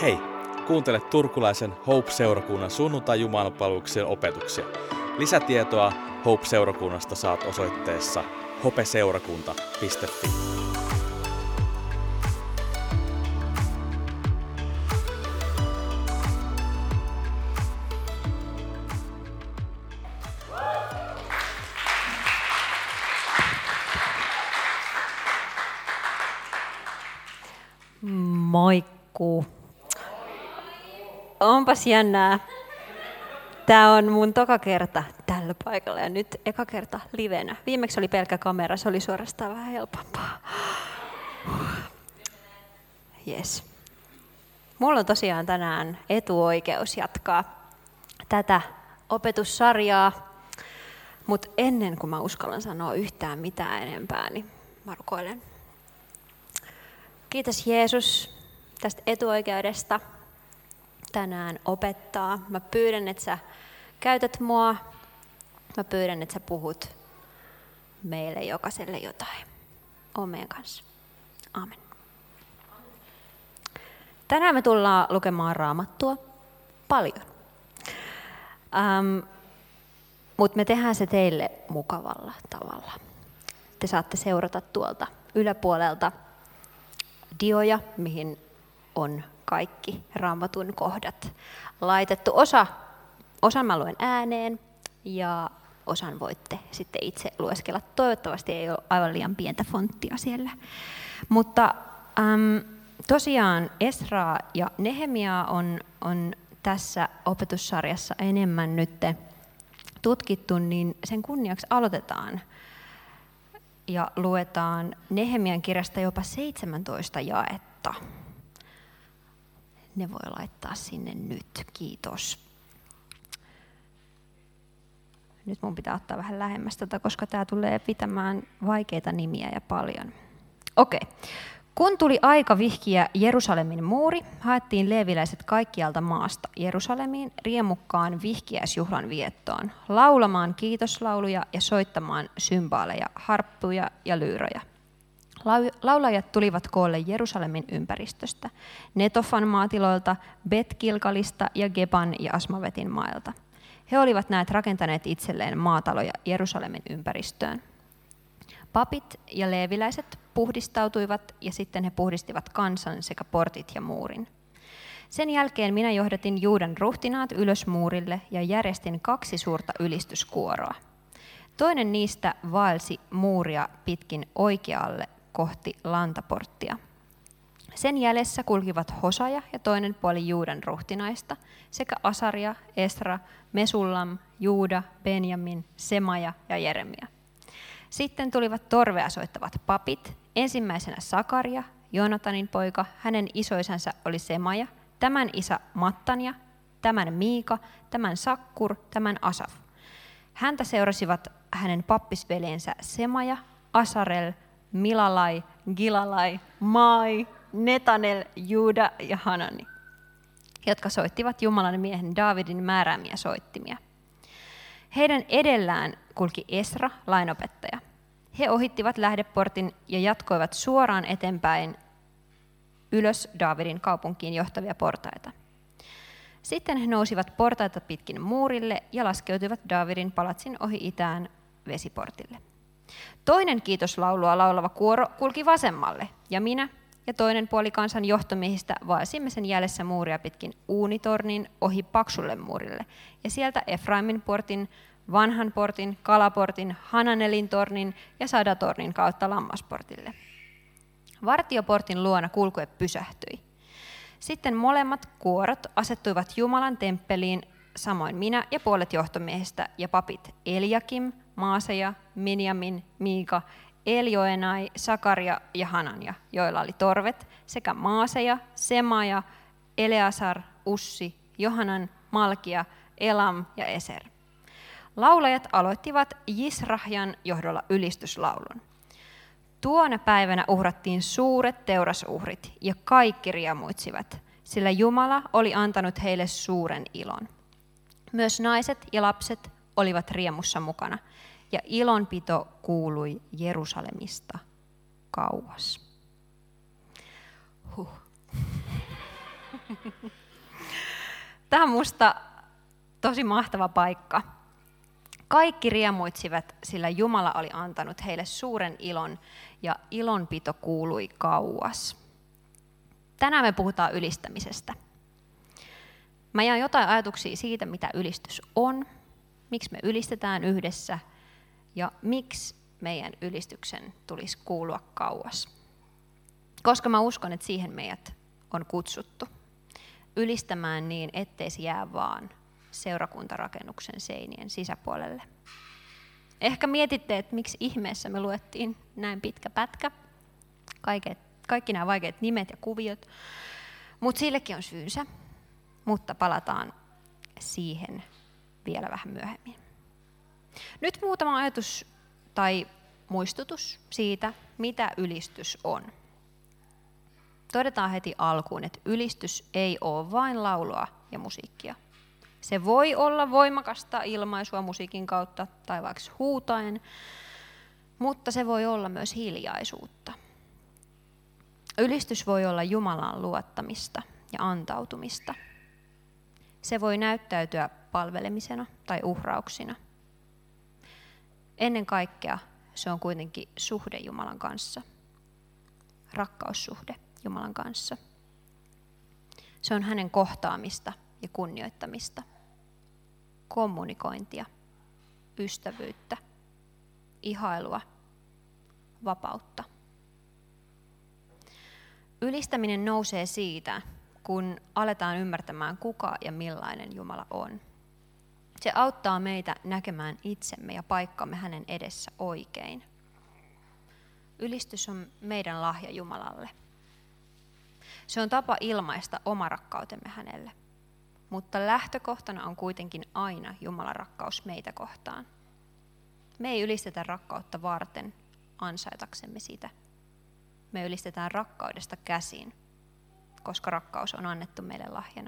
Hei, kuuntele turkulaisen Hope-seurakunnan sunnuntai-jumalanpalveluksen opetuksia. Lisätietoa Hope-seurakunnasta saat osoitteessa hopeseurakunta.fi. Moikku. Onpas jännää. Tää on mun toka kerta tällä paikalla ja nyt eka kerta livenä. Viimeksi oli pelkkä kamera, se oli suorastaan vähän helpompaa. Yes. Mulla on tosiaan tänään etuoikeus jatkaa tätä opetussarjaa, mutta ennen kuin mä uskallan sanoa yhtään mitään enempää, niin mä rukoilen. Kiitos Jeesus tästä etuoikeudesta tänään opettaa. Mä pyydän, että sä käytät mua. Mä pyydän, että sä puhut meille jokaiselle jotain. Oon meidän kanssa. Aamen. Tänään me tullaan lukemaan Raamattua paljon. Mutta me tehdään se teille mukavalla tavalla. Te saatte seurata tuolta yläpuolelta dioja, mihin on kaikki Raamatun kohdat laitettu. Osan mä luen ääneen ja osan voitte sitten itse lueskella. Toivottavasti ei ole aivan liian pientä fonttia siellä. Mutta tosiaan Esraa ja Nehemiaa on tässä opetussarjassa enemmän nyt tutkittu, niin sen kunniaksi aloitetaan ja luetaan Nehemian kirjasta jopa 17 jaetta. Ne voi laittaa sinne nyt. Kiitos. Nyt mun pitää ottaa vähän lähemmäs tätä, koska tämä tulee pitämään vaikeita nimiä ja paljon. Okei. Kun tuli aika vihkiä Jerusalemin muuri, haettiin leeviläiset kaikkialta maasta Jerusalemiin riemukkaan vihkiäisjuhlan viettoon, laulamaan kiitoslauluja ja soittamaan symbaaleja, harppuja ja lyyroja. Laulajat tulivat koolle Jerusalemin ympäristöstä, Netofan maatiloilta, Bet-Kilkalista ja Geban ja Asmavetin mailta. He olivat näet rakentaneet itselleen maataloja Jerusalemin ympäristöön. Papit ja leeviläiset puhdistautuivat ja sitten he puhdistivat kansan sekä portit ja muurin. Sen jälkeen minä johdatin Juudan ruhtinaat ylös muurille ja järjestin 2 suurta ylistyskuoroa. Toinen niistä vaelsi muuria pitkin oikealle kohti lantaporttia. Sen jäljessä kulkivat Hosaja ja toinen puoli Juudan ruhtinaista sekä Asaria, Esra, Mesullam, Juuda, Benjamin, Semaja ja Jeremia. Sitten tulivat torvea soittavat papit, ensimmäisenä Sakaria, Joonatanin poika, hänen isoisänsä oli Semaja, tämän isä Mattania, tämän Miika, tämän Sakkur, tämän Asaf. Häntä seurasivat hänen pappisveljensä Semaja, Asarel, Milalai, Gilalai, Mai, Netanel, Juuda ja Hanani, jotka soittivat Jumalan miehen Daavidin määräämiä soittimia. Heidän edellään kulki Esra, lainopettaja. He ohittivat lähdeportin ja jatkoivat suoraan eteenpäin ylös Daavidin kaupunkiin johtavia portaita. Sitten he nousivat portaita pitkin muurille ja laskeutuivat Daavidin palatsin ohi itään vesiportille. Toinen kiitoslaulua laulava kuoro kulki vasemmalle, ja minä ja toinen puoli kansan johtomiehistä vaelsimme sen jäljessä muuria pitkin Uunitornin ohi Paksulle muurille, ja sieltä Efraimin portin, Vanhan portin, Kalaportin, Hananelin tornin ja Sadatornin kautta Lammasportille. Vartioportin luona kulkue pysähtyi. Sitten molemmat kuorot asettuivat Jumalan temppeliin, samoin minä ja puolet johtomiehistä ja papit Eliakim, Maaseja, Minjamin, Miika, Elioenai, Sakaria ja Hanania, joilla oli torvet, sekä Maaseja, Semaja, Eleasar, Ussi, Johanan, Malkia, Elam ja Eser. Laulajat aloittivat Jisrahjan johdolla ylistyslaulun. Tuona päivänä uhrattiin suuret teurasuhrit ja kaikki riemuitsivat, sillä Jumala oli antanut heille suuren ilon. Myös naiset ja lapset olivat riemussa mukana, ja ilonpito kuului Jerusalemista kauas. Tämä on musta tosi mahtava paikka. Kaikki riemuitsivat, sillä Jumala oli antanut heille suuren ilon ja ilonpito kuului kauas. Tänään me puhutaan ylistämisestä. Mä jaan jotain ajatuksia siitä, mitä ylistys on, miksi me ylistetään yhdessä ja miksi meidän ylistyksen tulisi kuulua kauas. Koska mä uskon, että siihen meidät on kutsuttu ylistämään niin, ettei se jää vaan seurakuntarakennuksen seinien sisäpuolelle. Ehkä mietitte, että miksi ihmeessä me luettiin näin pitkä pätkä, kaikki nämä vaikeat nimet ja kuviot, mutta sillekin on syynsä, mutta palataan siihen vielä vähän myöhemmin. Nyt muutama ajatus tai muistutus siitä, mitä ylistys on. Todetaan heti alkuun, että ylistys ei ole vain laulua ja musiikkia. Se voi olla voimakasta ilmaisua musiikin kautta tai vaikka huutaen, mutta se voi olla myös hiljaisuutta. Ylistys voi olla Jumalaan luottamista ja antautumista. Se voi näyttäytyä palvelemisena tai uhrauksina. Ennen kaikkea se on kuitenkin suhde Jumalan kanssa, rakkaussuhde Jumalan kanssa. Se on hänen kohtaamista ja kunnioittamista, kommunikointia, ystävyyttä, ihailua, vapautta. Ylistäminen nousee siitä, kun aletaan ymmärtämään, kuka ja millainen Jumala on. Se auttaa meitä näkemään itsemme ja paikkamme hänen edessä oikein. Ylistys on meidän lahja Jumalalle. Se on tapa ilmaista oma rakkautemme hänelle. Mutta lähtökohtana on kuitenkin aina Jumalan rakkaus meitä kohtaan. Me ei ylistetä rakkautta varten ansaitaksemme sitä. Me ylistetään rakkaudesta käsin, koska rakkaus on annettu meille lahjana.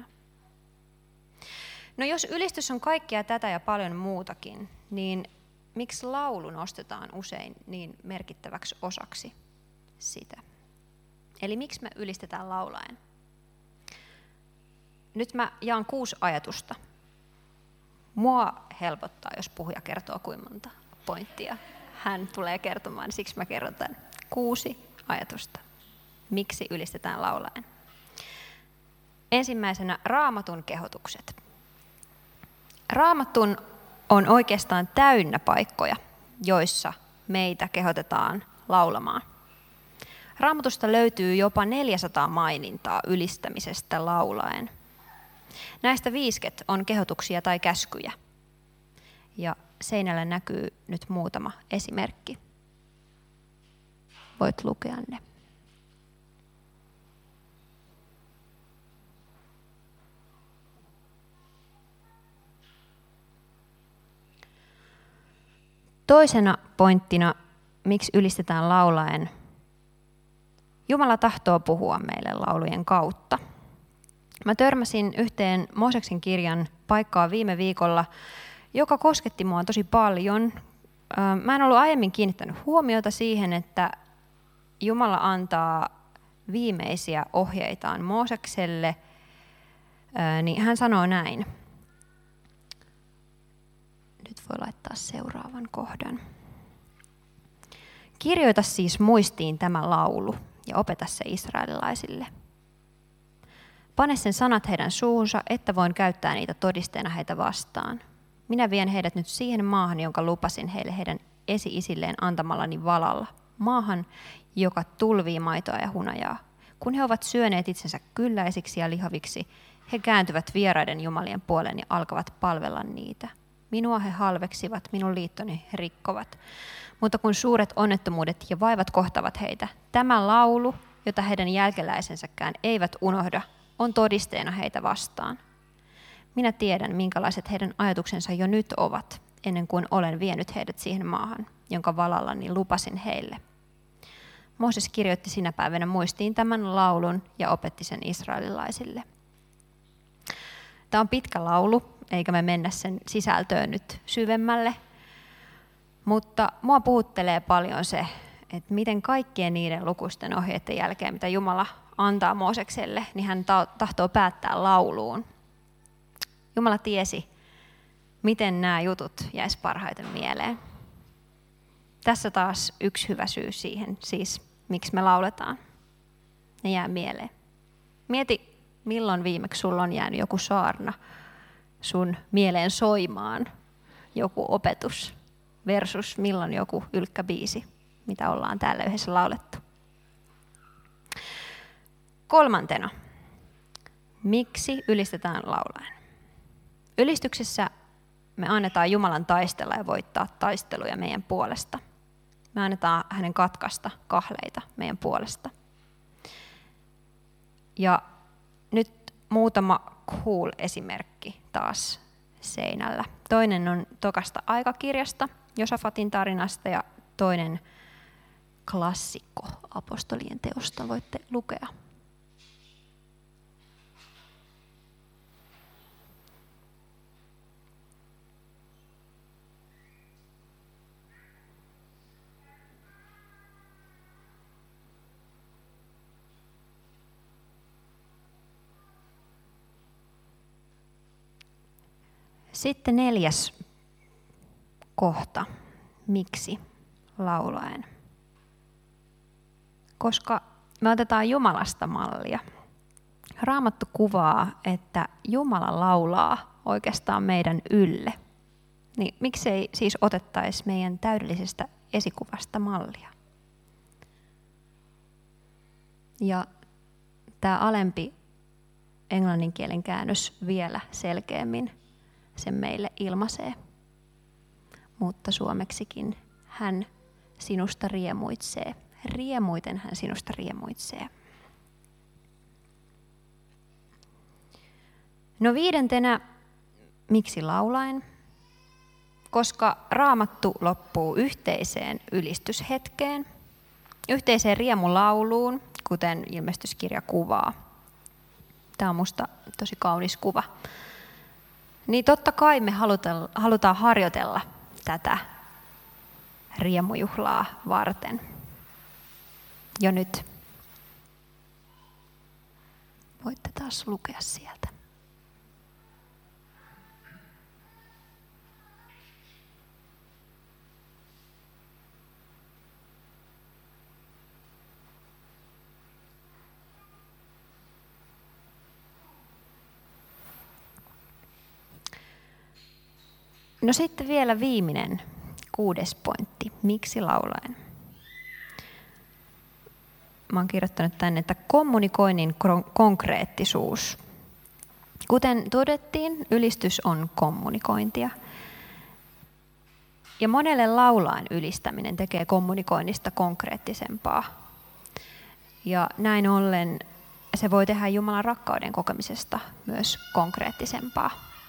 No jos ylistys on kaikkea tätä ja paljon muutakin, niin miksi laulu nostetaan usein niin merkittäväksi osaksi sitä? Eli miksi me ylistetään laulaen? Nyt mä jaan 6 ajatusta. Mua helpottaa, jos puhuja kertoo kuinka monta pointtia hän tulee kertomaan, siksi mä kerron tämän 6 ajatusta. Miksi ylistetään laulaen? Ensimmäisenä Raamatun kehotukset. Raamatun on oikeastaan täynnä paikkoja, joissa meitä kehotetaan laulamaan. Raamatusta löytyy jopa 400 mainintaa ylistämisestä laulaen. Näistä 50 on kehotuksia tai käskyjä. Ja seinällä näkyy nyt muutama esimerkki. Voit lukea ne. Toisena pointtina, miksi ylistetään laulaen. Jumala tahtoo puhua meille laulujen kautta. Mä törmäsin yhteen Mooseksen kirjan paikkaa viime viikolla, joka kosketti mua tosi paljon. Mä en ollut aiemmin kiinnittänyt huomiota siihen, että Jumala antaa viimeisiä ohjeitaan Moosekselle, niin hän sanoo näin. Nyt voi laittaa seuraavan kohdan. Kirjoita siis muistiin tämä laulu ja opeta se israelilaisille. Pane sen sanat heidän suuhunsa, että voin käyttää niitä todisteena heitä vastaan. Minä vien heidät nyt siihen maahan, jonka lupasin heille heidän esi-isilleen antamallani valalla. Maahan, joka tulvii maitoa ja hunajaa. Kun he ovat syöneet itsensä kylläisiksi ja lihaviksi, he kääntyvät vieraiden jumalien puoleen ja alkavat palvella niitä. Minua he halveksivat, minun liittoni he rikkovat. Mutta kun suuret onnettomuudet ja vaivat kohtavat heitä, tämä laulu, jota heidän jälkeläisensäkään eivät unohda, on todisteena heitä vastaan. Minä tiedän, minkälaiset heidän ajatuksensa jo nyt ovat, ennen kuin olen vienyt heidät siihen maahan, jonka valallani lupasin heille. Mooses kirjoitti sinä päivänä muistiin tämän laulun ja opetti sen israelilaisille. Tämä on pitkä laulu, eikä me mennä sen sisältöön nyt syvemmälle, mutta mua puhuttelee paljon se, että miten kaikkien niiden lukuisten ohjeiden jälkeen, mitä Jumala antaa Moosekselle, niin hän tahtoo päättää lauluun. Jumala tiesi, miten nämä jutut jäisi parhaiten mieleen. Tässä taas yksi hyvä syy siihen, siis miksi me lauletaan. Ne jää mieleen. Mieti, milloin viimeksi sulla on jäänyt joku saarna sun mieleen soimaan, joku opetus versus milloin joku ylkkäbiisi, mitä ollaan täällä yhdessä laulettu. 3. Miksi ylistetään laulaen? Ylistyksessä me annetaan Jumalan taistella ja voittaa taisteluja meidän puolesta. Me annetaan hänen katkaista kahleita meidän puolesta. Ja nyt muutama cool esimerkki taas seinällä. Toinen on Tokasta aikakirjasta, Josafatin tarinasta, ja toinen klassikko apostolien teosta, voitte lukea. Sitten 4. kohta. Miksi laulaen? Koska me otetaan Jumalasta mallia. Raamattu kuvaa, että Jumala laulaa oikeastaan meidän ylle. Niin miksei siis otettaisi meidän täydellisestä esikuvasta mallia? Ja tämä alempi englanninkielen käännös vielä selkeämmin sen meille ilmaisee. Mutta suomeksikin hän sinusta riemuitsee. Riemuiten hän sinusta riemuitsee. No 5. miksi laulaen? Koska Raamattu loppuu yhteiseen ylistyshetkeen, yhteiseen riemulauluun, kuten ilmestyskirja kuvaa. Tämä on musta tosi kaunis kuva. Niin totta kai me halutaan harjoitella tätä riemujuhlaa varten jo nyt. Voitte taas lukea sieltä. No sitten vielä viimeinen 6. pointti. Miksi laulaen? Mä oon kirjoittanut tänne, että kommunikoinnin konkreettisuus. Kuten todettiin, ylistys on kommunikointia. Ja monelle laulaen ylistäminen tekee kommunikoinnista konkreettisempaa. Ja näin ollen se voi tehdä Jumalan rakkauden kokemisesta myös konkreettisempaa.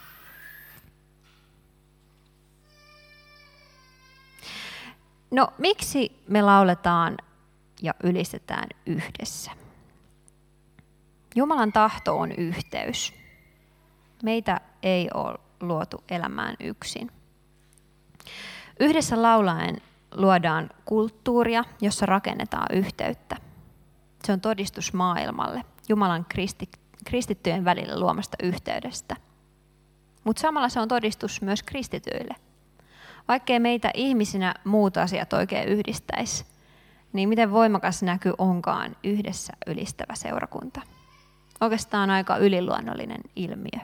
No, miksi me lauletaan ja ylistetään yhdessä? Jumalan tahto on yhteys. Meitä ei ole luotu elämään yksin. Yhdessä laulaen luodaan kulttuuria, jossa rakennetaan yhteyttä. Se on todistus maailmalle, Jumalan kristittyjen välillä luomasta yhteydestä. Mutta samalla se on todistus myös kristityille. Vaikkei meitä ihmisinä muut asiat oikein yhdistäisi, niin miten voimakas näky onkaan yhdessä ylistävä seurakunta. Oikeastaan aika yliluonnollinen ilmiö.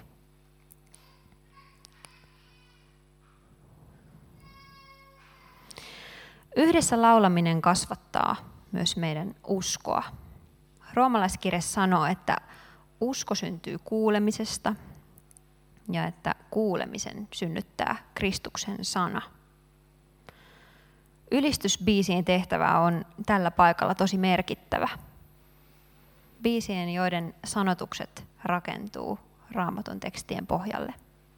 Yhdessä laulaminen kasvattaa myös meidän uskoa. Roomalaiskirja sanoo, että usko syntyy kuulemisesta ja että kuulemisen synnyttää Kristuksen sana. Ylistysbiisien tehtävä on tällä paikalla tosi merkittävä. Biisien, joiden sanotukset rakentuu Raamatun tekstien pohjalle.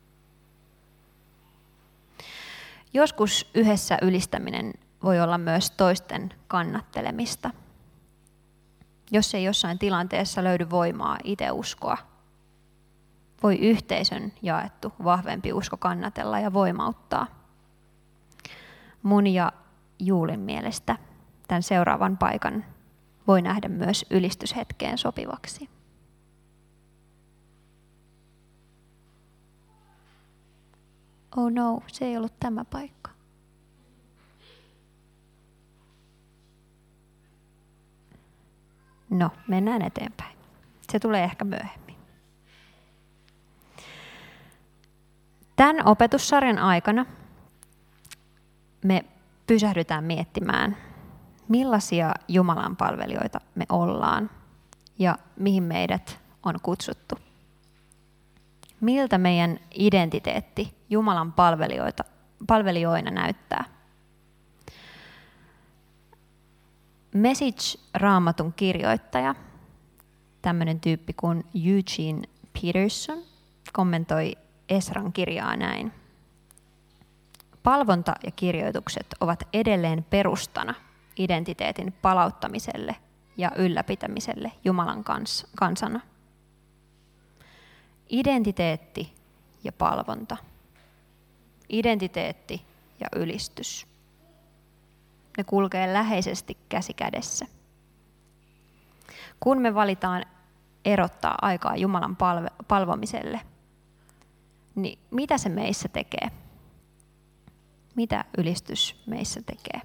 Joskus yhdessä ylistäminen voi olla myös toisten kannattelemista. Jos ei jossain tilanteessa löydy voimaa itse uskoa, voi yhteisön jaettu vahvempi usko kannatella ja voimauttaa. Mun ja Juulin mielestä tämän seuraavan paikan voi nähdä myös ylistyshetkeen sopivaksi. Oh no, se ei ollut tämä paikka. No, mennään eteenpäin. Se tulee ehkä myöhemmin. Tämän opetussarjan aikana me pysähdytään miettimään, millaisia Jumalan palvelijoita me ollaan ja mihin meidät on kutsuttu. Miltä meidän identiteetti Jumalan palvelijoina näyttää. Message-raamatun kirjoittaja, tämmöinen tyyppi kuin Eugene Peterson, kommentoi Esran kirjaa näin. Palvonta ja kirjoitukset ovat edelleen perustana identiteetin palauttamiselle ja ylläpitämiselle Jumalan kansana. Identiteetti ja palvonta. Identiteetti ja ylistys. Ne kulkee läheisesti käsi kädessä. Kun me valitaan erottaa aikaa Jumalan palvomiselle, niin mitä se meissä tekee? Mitä ylistys meissä tekee?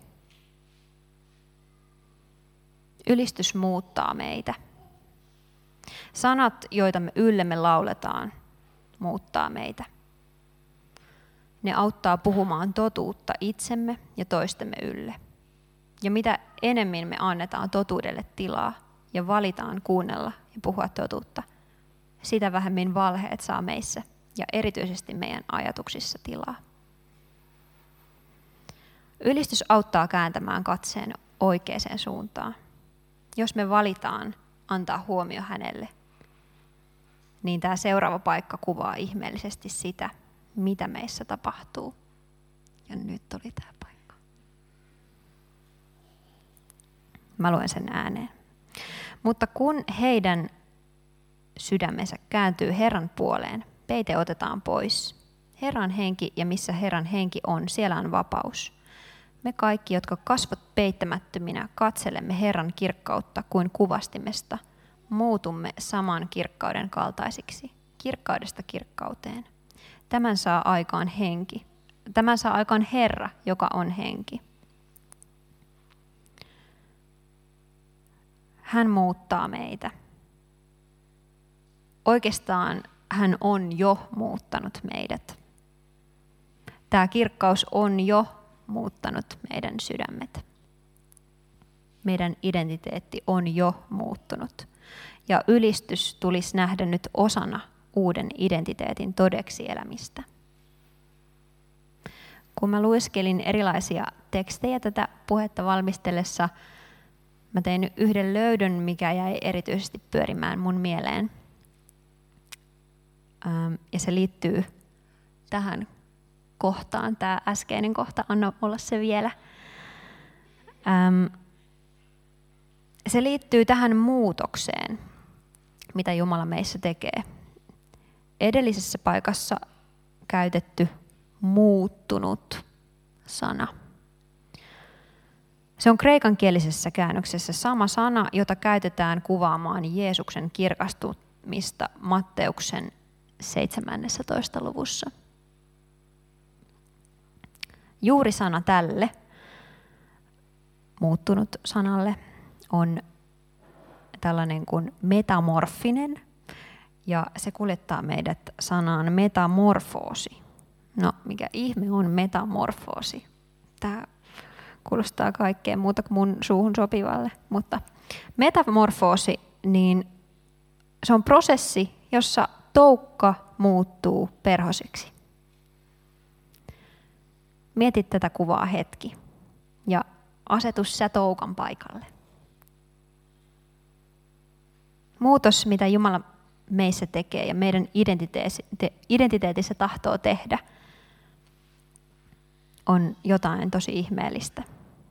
Ylistys muuttaa meitä. Sanat, joita me yllemme lauletaan, muuttaa meitä. Ne auttaa puhumaan totuutta itsemme ja toistemme ylle. Ja mitä enemmän me annetaan totuudelle tilaa ja valitaan kuunnella ja puhua totuutta, sitä vähemmän valheet saa meissä ja erityisesti meidän ajatuksissa tilaa. Ylistys auttaa kääntämään katseen oikeaan suuntaan. Jos me valitaan antaa huomio hänelle, niin tämä seuraava paikka kuvaa ihmeellisesti sitä, mitä meissä tapahtuu. Ja nyt oli tämä paikka. Mä luen sen ääneen. Mutta kun heidän sydämensä kääntyy Herran puoleen, peite otetaan pois. Herran henki ja missä Herran henki on, siellä on vapaus. Me kaikki, jotka kasvot peittämättöminä, katselemme Herran kirkkautta kuin kuvastimesta, muutumme saman kirkkauden kaltaisiksi, kirkkaudesta kirkkauteen. Tämän saa aikaan henki. Tämän saa aikaan Herra, joka on henki. Hän muuttaa meitä. Oikeastaan hän on jo muuttanut meidät. Tämä kirkkaus on jo muuttanut meidän sydämet. Meidän identiteetti on jo muuttunut. Ja ylistys tulisi nähdä nyt osana uuden identiteetin todeksi elämistä. Kun mä lueskelin erilaisia tekstejä tätä puhetta valmistellessa, mä tein yhden löydön, mikä jäi erityisesti pyörimään mun mieleen. Ja se liittyy tähän kohtaan, tämä äskeinen kohta, anna olla se vielä. Se liittyy tähän muutokseen, mitä Jumala meissä tekee. Edellisessä paikassa käytetty muuttunut sana. Se on kreikankielisessä käännöksessä sama sana, jota käytetään kuvaamaan Jeesuksen kirkastumista Matteuksen 17. luvussa. Juuri sana tälle, muuttunut sanalle, on tällainen kuin metamorfinen, ja se kuljettaa meidät sanaan metamorfoosi. No, mikä ihme on metamorfoosi? Tämä kuulostaa kaikkea muuta kuin mun suuhun sopivalle, mutta metamorfoosi, niin se on prosessi, jossa toukka muuttuu perhoseksi. Mieti tätä kuvaa hetki ja asetu sä toukan paikalle. Muutos, mitä Jumala meissä tekee ja meidän identiteetissä tahtoo tehdä, on jotain tosi ihmeellistä.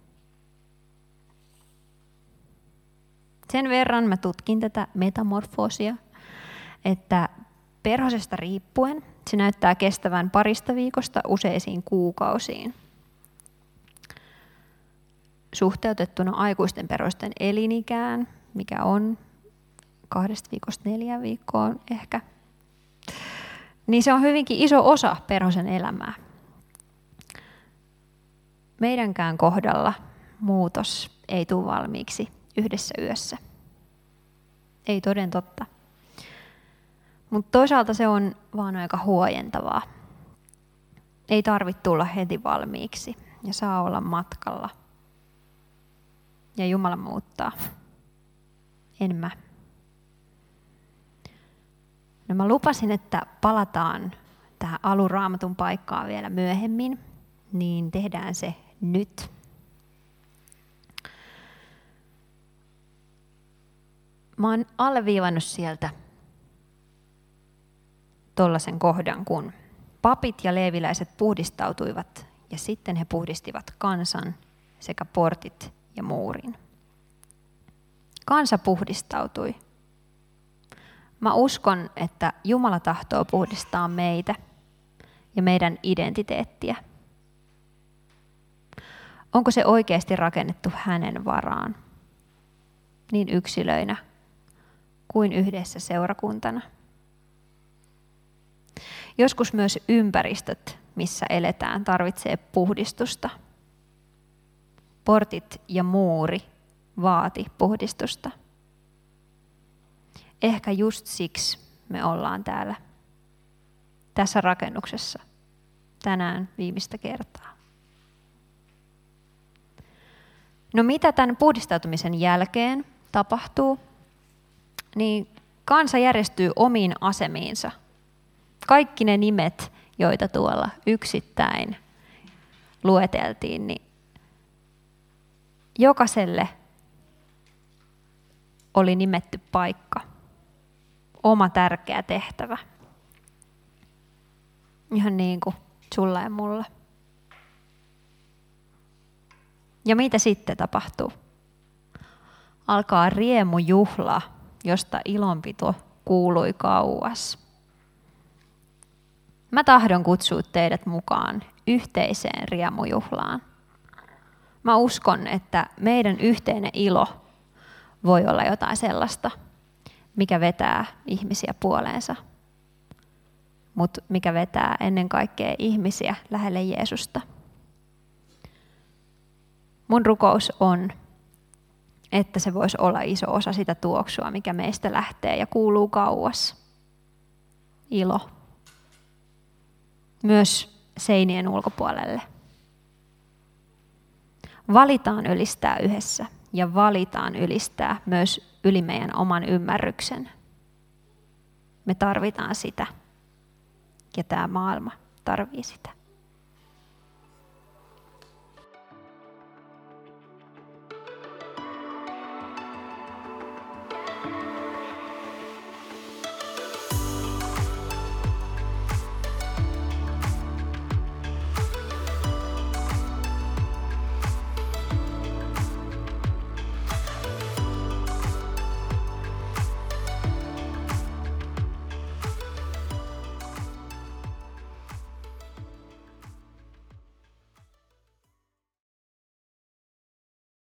Sen verran mä tutkin tätä metamorfoosia, että perhosesta riippuen se näyttää kestävän parista viikosta useisiin kuukausiin. suhteutettuna aikuisten perusten elinikään, mikä on 2-4 viikkoon ehkä, niin se on hyvinkin iso osa perhosen elämää. Meidänkään kohdalla muutos ei tule valmiiksi yhdessä yössä. Ei toden totta. Mutta toisaalta se on vaan aika huojentavaa. Ei tarvitse tulla heti valmiiksi ja saa olla matkalla. Ja Jumala muuttaa. En mä. No mä lupasin, että palataan tähän aluraamatun paikkaan vielä myöhemmin, niin tehdään se nyt. Mä oon alleviivannut sieltä tollaisen kohdan, kun papit ja leeviläiset puhdistautuivat ja sitten he puhdistivat kansan sekä portit ja muurin. Kansa puhdistautui. Mä uskon, että Jumala tahtoo puhdistaa meitä ja meidän identiteettiä. Onko se oikeasti rakennettu hänen varaan, niin yksilöinä kuin yhdessä seurakuntana? Joskus myös ympäristöt, missä eletään, tarvitsee puhdistusta. Portit ja muuri vaati puhdistusta. Ehkä just siksi me ollaan täällä, tässä rakennuksessa, tänään viimeistä kertaa. No mitä tämän puhdistautumisen jälkeen tapahtuu? Niin kansa järjestyy omiin asemiinsa. Kaikki ne nimet, joita tuolla yksittäin lueteltiin, niin jokaiselle oli nimetty paikka, oma tärkeä tehtävä. Ihan niin kuin sulla ja mulla. Ja mitä sitten tapahtuu? Alkaa riemujuhla, josta ilonpito kuului kauas. Mä tahdon kutsua teidät mukaan yhteiseen riemujuhlaan. Mä uskon, että meidän yhteinen ilo voi olla jotain sellaista, mikä vetää ihmisiä puoleensa, mutta mikä vetää ennen kaikkea ihmisiä lähelle Jeesusta. Mun rukous on, että se voisi olla iso osa sitä tuoksua, mikä meistä lähtee ja kuuluu kauas. Ilo. Myös seinien ulkopuolelle. Valitaan ylistää yhdessä ja valitaan ylistää myös yli meidän oman ymmärryksen. Me tarvitaan sitä ja tämä maailma tarvitsee sitä.